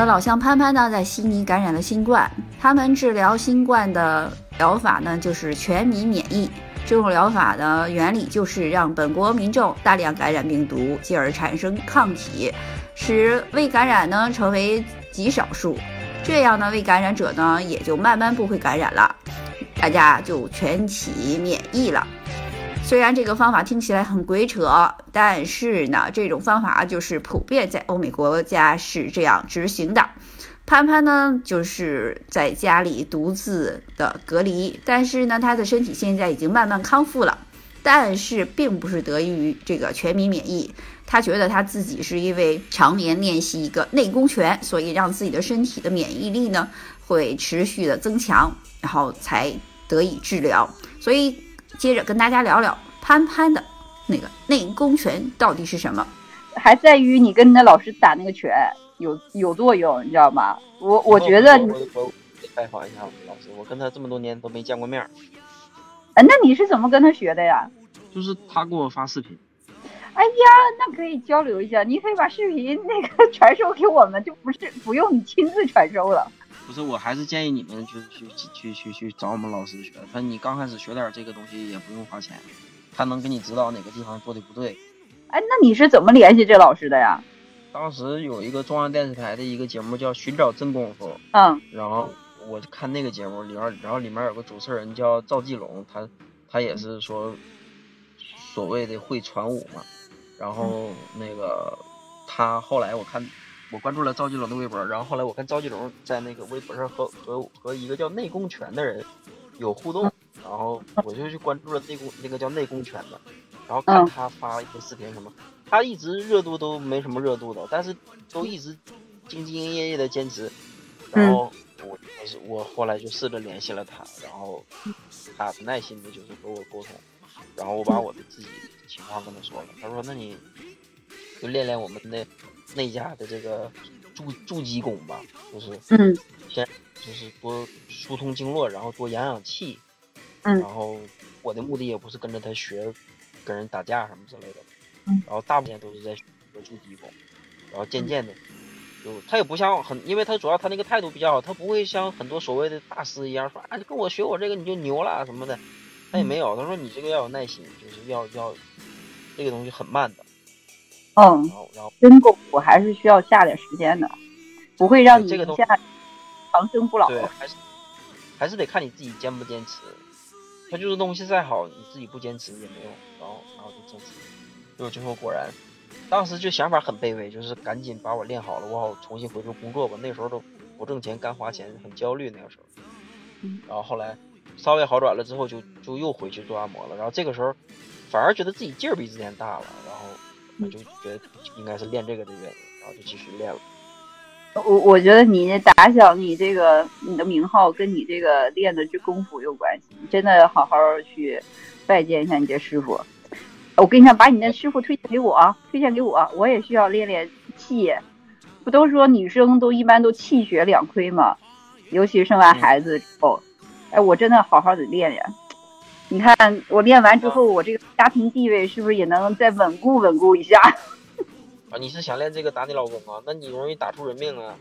的老乡潘潘呢，在悉尼感染了新冠。他们治疗新冠的疗法呢，就是全民免疫。这种疗法的原理就是让本国民众大量感染病毒，进而产生抗体，使未感染呢成为极少数。这样呢，未感染者呢也就慢慢不会感染了，大家就全体免疫了。虽然这个方法听起来很鬼扯，但是呢，这种方法就是普遍在欧美国家是这样执行的。潘潘呢，就是在家里独自的隔离，但是呢，他的身体现在已经慢慢康复了，但是并不是得益于这个全民免疫。他觉得他自己是因为常年练习一个内功拳，所以让自己的身体的免疫力呢会持续的增强，然后才得以治疗。所以接着跟大家聊聊潘潘的那个内功拳到底是什么， 还在于你跟你的老师打那个拳有作用，你知道吗？我觉得我拜访一下老师，我跟他这么多年都没见过面。 那你是怎么跟他学的呀？ 就是他给我发视频。 哎呀，那可以交流一下，你可以把视频那个传授给我们，就不用你亲自传授了。 不是，我还是建议你们去找我们老师学。反正你刚开始学点这个东西也不用花钱，他能给你指导哪个地方做的不对。 哎，那你是怎么联系这老师的呀？ 当时有一个中央电视台的一个节目叫《寻找真功夫》，然后我就看那个节目里面，然后里面有个主持人叫赵继龙，他也是说所谓的会传武嘛。然后那个他后来我关注了赵继龙的微博，然后后来我看赵继龙在那个微博上和一个叫内功拳的人有互动，然后我就去关注了那个叫内功拳的，然后看他发一些视频什么，他一直热度都没什么热度的，但是都一直兢兢业业的坚持。然后我后来就试着联系了他，然后他很耐心的就是和我沟通，然后我把我的自己情况跟他说了，他说那你就练练我们的内家的这个筑基功吧，就是先就是多疏通经络，然后多养气。然后我的目的也不是跟着他学跟人打架什么之类的，然后大部分都是在学筑基功，然后渐渐的就他也不像因为他主要他那个态度比较好，他不会像很多所谓的大师一样说啊，跟我学我这个你就牛了什么的，他也没有。他说你这个要有耐心，就是要这个东西很慢的。然后真功夫还是需要下点时间的，不会让你一下长生不老。 对，还是得看你自己坚不坚持。他就是东西再好，你自己不坚持也没用。然后就坚持，结果最后果然，当时就想法很卑微，就是赶紧把我练好了，我好重新回去工作吧。那时候都不挣钱，干花钱，很焦虑那个时候。然后后来稍微好转了之后就又回去做按摩了。然后这个时候反而觉得自己劲儿比之前大了，然后我就觉得应该是练这个的原因，然后就继续练了。 我觉得你打响你的名号跟你这个练的这功夫有关系，真的好好去拜见一下你这师傅。我跟你讲，把你的师傅推荐给我，我也需要练练气。不都说女生一般都气血两亏吗？尤其生完孩子之后，我真的好好的练练。你看我练完之后，我这个家庭地位是不是也能再稳固一下？ 啊，你是想练这个打你老公啊？那你容易打出人命啊！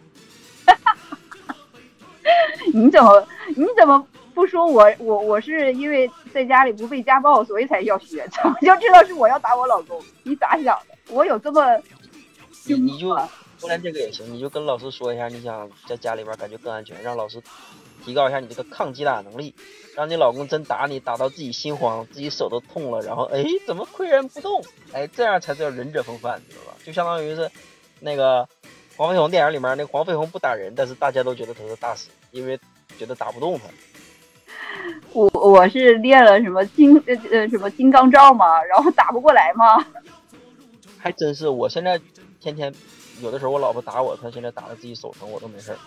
你怎么不说我是因为在家里不被家暴，所以才要学？怎么就知道是我要打我老公？你咋想的？我有这么你就不练这个也行，你就跟老师说一下，你想在家里边感觉更安全，让老师提高一下你这个抗击打能力，让你老公真打你打到自己心慌，自己手都痛了，然后怎么岿然不动？这样才叫忍者风范，知道吧？就相当于是那个黄飞鸿电影里面那个黄飞鸿不打人，但是大家都觉得他是大师，因为觉得打不动他。 我是练了什么金刚罩嘛，然后打不过来嘛。 还真是，我现在天天有的时候我老婆打我，她现在打了自己手疼，我都没事儿。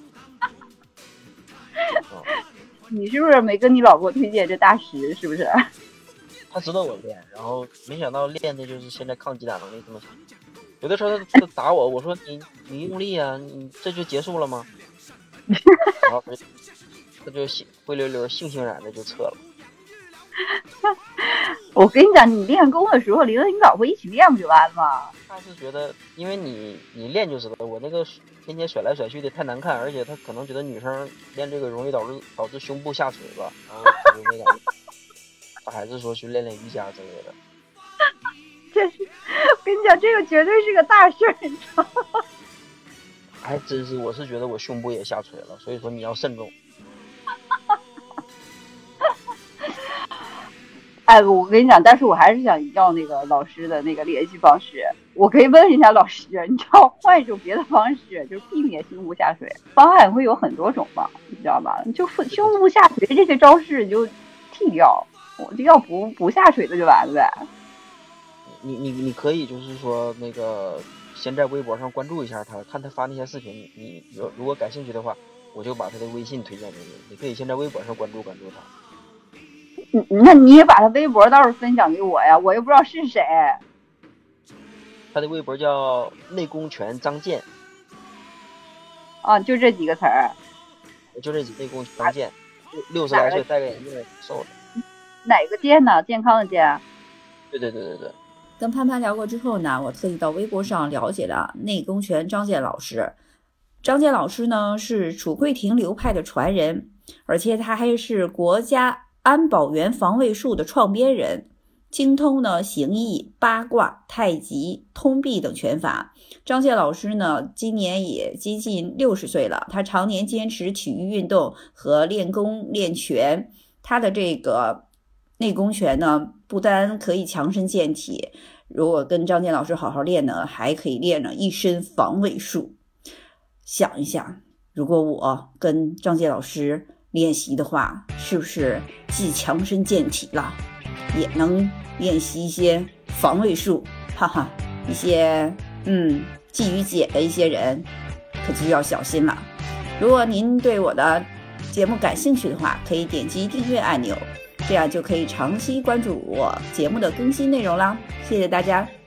你是不是没跟你老婆推荐这大师？是不是？ 他知道我练，然后没想到练的就是现在抗击打能力这么强。有的时候他打我，我说你用力啊，你这就结束了吗？然后他就灰溜溜悻悻然的就撤了。 我跟你讲，你练功的时候，领着你老婆一起练不就完了吗？ 他是觉得，因为你练就知道，我那个天天甩来甩去的太难看，而且他可能觉得女生练这个容易导致胸部下垂吧，然后他就没敢。他还是说去练瑜伽之类的。 这是，我跟你讲，这个绝对是个大事儿，你知道吗？ 还真是，我是觉得我胸部也下垂了，所以说你要慎重。 哎，我跟你讲，但是我还是想要那个老师的那个联系方式，我可以问一下老师，你知道换一种别的方式，就是避免胸部下垂，方案会有很多种嘛，你知道吧？就胸部下垂这些招式就剃掉，我就要不下垂的就完了呗。 你可以就是说那个先在微博上关注一下他，看他发那些视频，你如果感兴趣的话，我就把他的微信推荐给你，你可以先在微博上关注他。 那你也把他微博倒是分享给我呀，我又不知道是谁。 他的微博叫内功拳张健。 啊，就这几个词儿。 就这几内功张健，60来岁，戴个眼镜，瘦的。 哪个健呢？健康的健。 对。 跟潘潘聊过之后呢，我特意到微博上了解了内功拳张健老师。张健老师呢是楚桂亭流派的传人，而且他还是国家安保员防卫术的创编人，精通呢形意、八卦、太极、通臂等拳法。张健老师呢今年也接近60岁了，他常年坚持体育运动和练功练拳。他的这个内功拳呢不单可以强身健体，如果跟张健老师好好练呢，还可以练了一身防卫术。想一想，如果我跟张健老师练习的话，是不是既强身健体了，也能练习一些防卫术？哈哈，一些觊觎姐的一些人可就要小心了。如果您对我的节目感兴趣的话，可以点击订阅按钮，这样就可以长期关注我节目的更新内容啦。谢谢大家。